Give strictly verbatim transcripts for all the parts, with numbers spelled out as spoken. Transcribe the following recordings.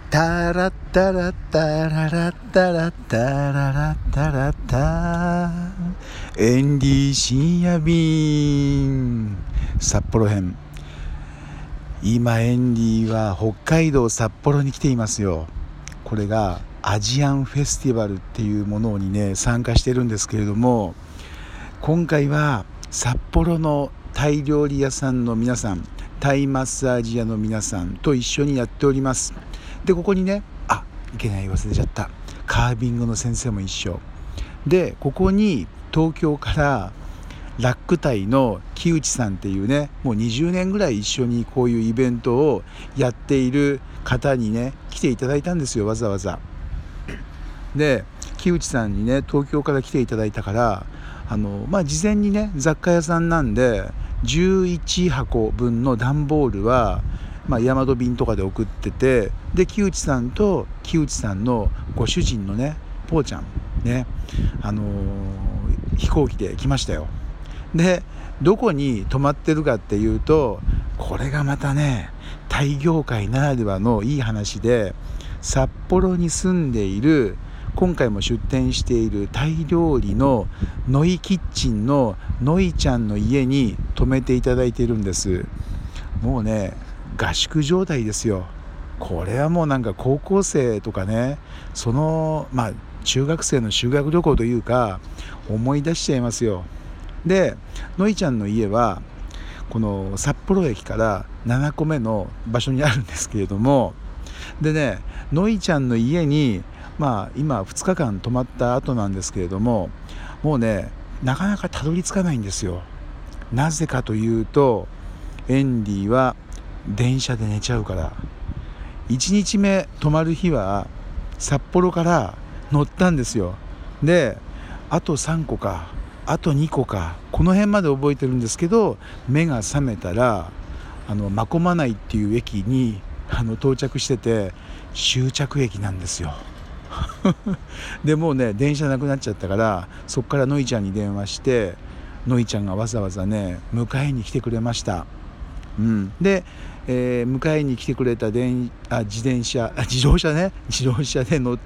タラッタラッタララッタラッタララッタラッタエンディ深夜便札幌編。今エンディは北海道札幌に来ていますよ。これがアジアンフェスティバルっていうものにね参加してるんですけれども、今回は札幌のタイ料理屋さんの皆さん、タイマッサージ屋の皆さんと一緒にやっております。でここにねあいけない忘れちゃったカービングの先生も一緒で、ここに東京からラックタイの木内さんっていうね、もうにじゅうねんぐらい一緒にこういうイベントをやっている方にね来ていただいたんですよ、わざわざ。で木内さんにね東京から来ていただいたから、あのまあ事前にね雑貨屋さんなんでじゅういちはこぶんの段ボールはまあ、大和便とかで送ってて、で木内さんと木内さんのご主人のねポーちゃんね、あのー、飛行機で来ましたよ。でどこに泊まってるかっていうと、これがまたねタイ業界ならではのいい話で、札幌に住んでいる今回も出店しているタイ料理のノイキッチンのノイちゃんの家に泊めていただいているんです。もうね合宿状態ですよ。これはもうなんか高校生とかね、そのまあ中学生の修学旅行というか思い出しちゃいますよ。でのいちゃんの家はこの札幌駅からななこめの場所にあるんですけれども、でねのいちゃんの家にまあ今ふつかかん泊まった後なんですけれども、もうねなかなかたどり着かないんですよ。なぜかというと、エンディは電車で寝ちゃうから。いちにちめ泊まる日は札幌から乗ったんですよ。であとさんこかあとにこかこの辺まで覚えてるんですけど、目が覚めたらあの真駒内っていう駅にあの到着してて、終着駅なんですよでもうね電車なくなっちゃったから、そっからのいちゃんに電話して、のいちゃんがわざわざね迎えに来てくれました。うん、で、えー、迎えに来てくれた電あ自転車あ自動車ね自動車で乗って、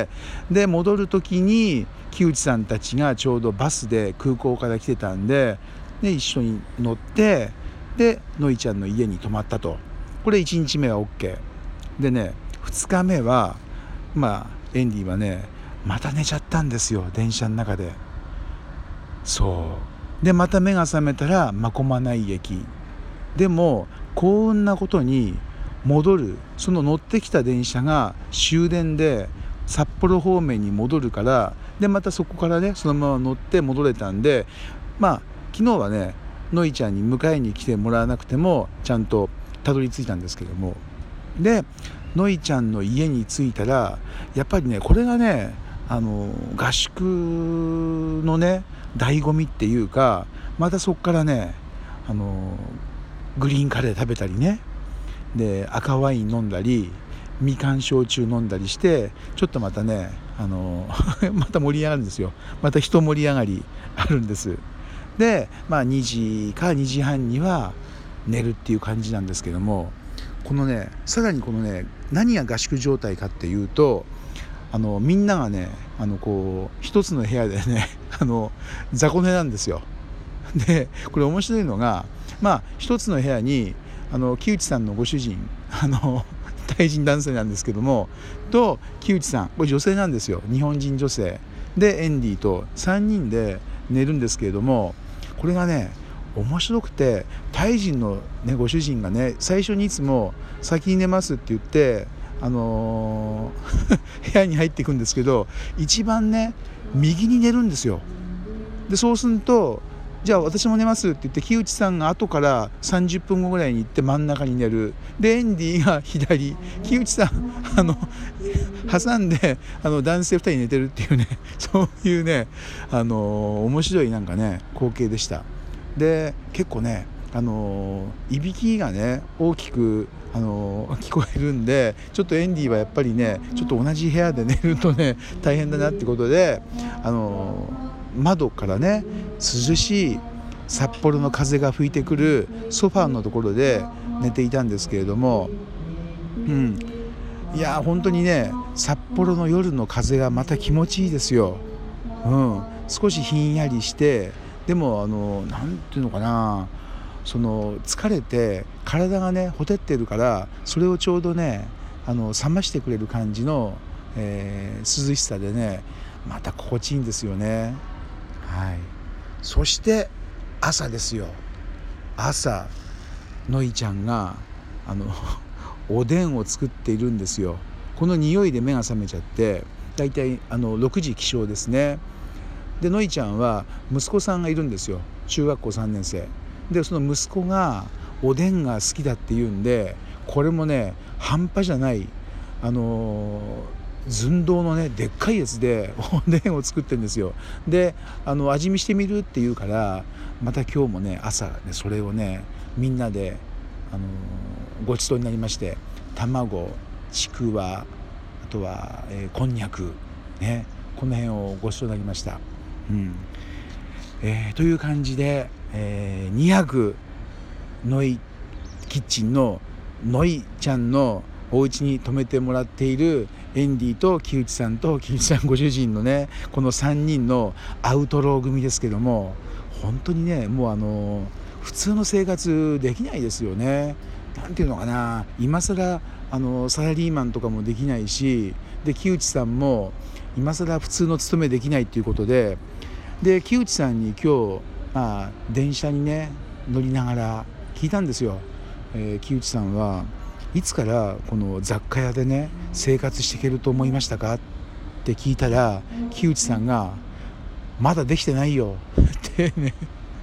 で戻る時に木内さんたちがちょうどバスで空港から来てたんで、で一緒に乗って、でのいちゃんの家に泊まったと。これいちにちめは OK でね、ふつかめはまあエンディはねまた寝ちゃったんですよ、電車の中で。そうでまた目が覚めたら真駒内駅でも幸運なことに戻る、その乗ってきた電車が終電で札幌方面に戻るから、でまたそこからねそのまま乗って戻れたんで、まあ昨日はねのいちゃんに迎えに来てもらわなくてもちゃんとたどり着いたんですけども、でのいちゃんの家に着いたらやっぱりねこれがねあの合宿のね醍醐味っていうか、またそこからねあのグリーンカレー食べたりね、で赤ワイン飲んだりみかん焼酎飲んだりして、ちょっとまたねあのまた盛り上がるんですよ。また一盛り上がりあるんです。でまあにじかにじはんには寝るっていう感じなんですけども、このねさらにこのね何が合宿状態かっていうと、あのみんながねあのこう一つの部屋でねあの雑魚寝なんですよ。でこれ面白いのが、まあ一つの部屋にあの木内さんのご主人、あのタイ人男性なんですけどもと木内さん、これ女性なんですよ、日本人女性でエンディとさんにんで寝るんですけれども、これがね面白くて、タイ人の、ね、ご主人がね最初にいつも先に寝ますって言ってあのー、部屋に入っていくんですけど、一番ね右に寝るんですよ。でそうするとじゃあ私も寝ますって言って木内さんが後からさんじゅっぷんごぐらいに行って真ん中に寝る。でエンディが左、木内さんあの挟んであの男性ふたり寝てるっていうね、そういうねあの面白いなんかね光景でした。で結構ねあのいびきがね大きくあの聞こえるんで、ちょっとエンディはやっぱりねちょっと同じ部屋で寝るとね大変だなってことで、あの窓からね涼しい札幌の風が吹いてくるソファーのところで寝ていたんですけれども、うんいや本当にね、札幌の夜の風がまた気持ちいいですよ。うん、少しひんやりして、でもあのなんていうのかな、その疲れて体がねほてってるから、それをちょうどねあの冷ましてくれる感じの、えー、涼しさでね、また心地いいんですよね。はい。そして朝ですよ。朝のいちゃんがあのおでんを作っているんですよ。この匂いで目が覚めちゃって、だいたいあのろくじ起床ですね。でのいちゃんは息子さんがいるんですよ。中学校さんねん生で、その息子がおでんが好きだっていうんで、これもね半端じゃないあの寸胴のねでっかいやつでおでんを作ってるんですよ。であの味見してみるって言うから、また今日もね朝ねそれをねみんなであのごちそうになりまして、卵、ちくわ、あとは、えー、こんにゃくね、この辺をごちそうになりました。うんえー、という感じで、えー、にひゃくのいキッチンののいちゃんのお家に泊めてもらっているエンディと木内さんと木内さんご主人のね、このさんにんのアウトロー組ですけども、本当にねもうあの普通の生活できないですよね。なんていうのかな、今更あのサラリーマンとかもできないし、で木内さんも今更普通の勤めできないっていうことで、で木内さんに今日、まあ、電車にね乗りながら聞いたんですよ。えー、木内さんはいつからこの雑貨屋でね生活していけると思いましたかって聞いたら、木内さんがまだできてないよってね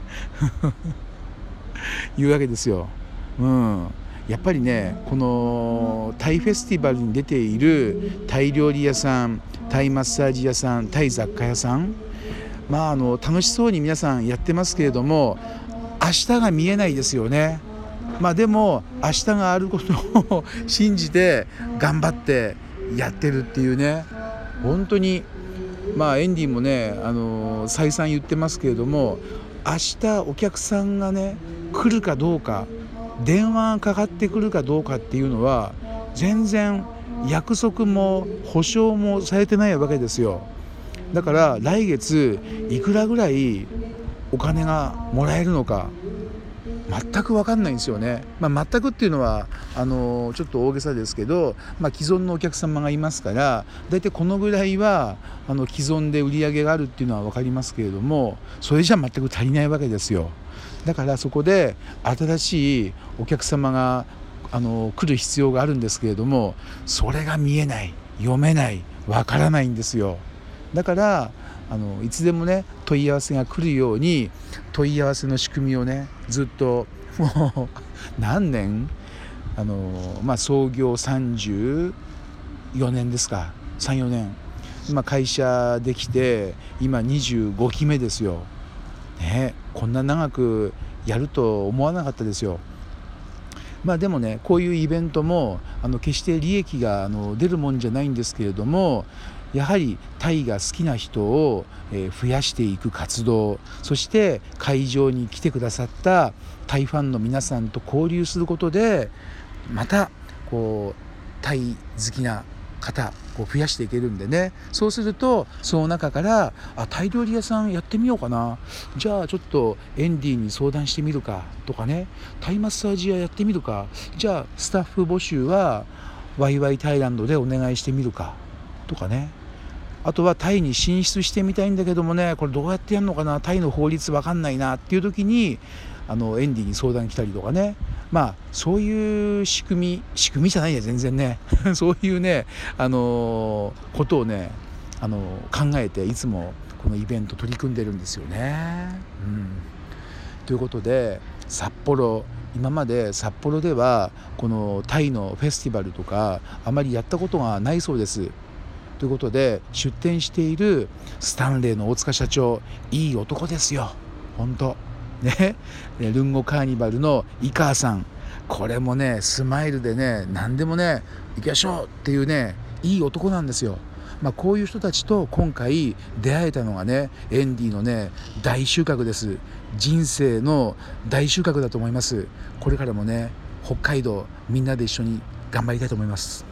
言うわけですよ。うん、やっぱりねこのタイフェスティバルに出ているタイ料理屋さん、タイマッサージ屋さん、タイ雑貨屋さん、まああの楽しそうに皆さんやってますけれども、明日が見えないですよね。まあでも明日があることを信じて頑張ってやってるっていうね、本当にまあエンディもねあの再三言ってますけれども、明日お客さんがね来るかどうか、電話がかかってくるかどうかっていうのは全然約束も保証もされてないわけですよ。だから来月いくらぐらいお金がもらえるのか全く分かんないんですよね。まあ、全くっていうのはあのちょっと大げさですけど、まあ、既存のお客様がいますから、だいたいこのぐらいはあの既存で売り上げがあるっていうのは分かりますけれども、それじゃ全く足りないわけですよ。だからそこで新しいお客様があの来る必要があるんですけれども、それが見えない、読めない、分からないんですよ。だからあのいつでもね問い合わせが来るように、問い合わせの仕組みをねずっともう何年あの、まあ、創業さんじゅうよねんですか、さん、よねん、まあ、会社できて今にじゅうごきめですよ、ね、こんな長くやると思わなかったですよ。まあでもねこういうイベントもあの決して利益があの出るもんじゃないんですけれども、やはりタイが好きな人を増やしていく活動、そして会場に来てくださったタイファンの皆さんと交流することで、またこうタイ好きな方を増やしていけるんでね。そうするとその中からあタイ料理屋さんやってみようかな、じゃあちょっとエンディに相談してみるかとかね、タイマッサージ屋やってみるか、じゃあスタッフ募集はワイワイタイランドでお願いしてみるかとかね、あとはタイに進出してみたいんだけどもね、これどうやってやるのかな、タイの法律わかんないなっていう時にあのエンディに相談来たりとかね、まあそういう仕組み仕組みじゃないね全然ねそういうねあのー、ことをねあのー、考えていつもこのイベント取り組んでるんですよね。うん、ということで札幌、今まで札幌ではこのタイのフェスティバルとかあまりやったことがないそうです。ということで出店しているスタンレーの大塚社長、いい男ですよ本当ね。ルンゴカーニバルの井川さん、これもねスマイルでね何でもね行きましょうっていうねいい男なんですよ。まあ、こういう人たちと今回出会えたのがねエンディのね大収穫です。人生の大収穫だと思います。これからもね北海道みんなで一緒に頑張りたいと思います。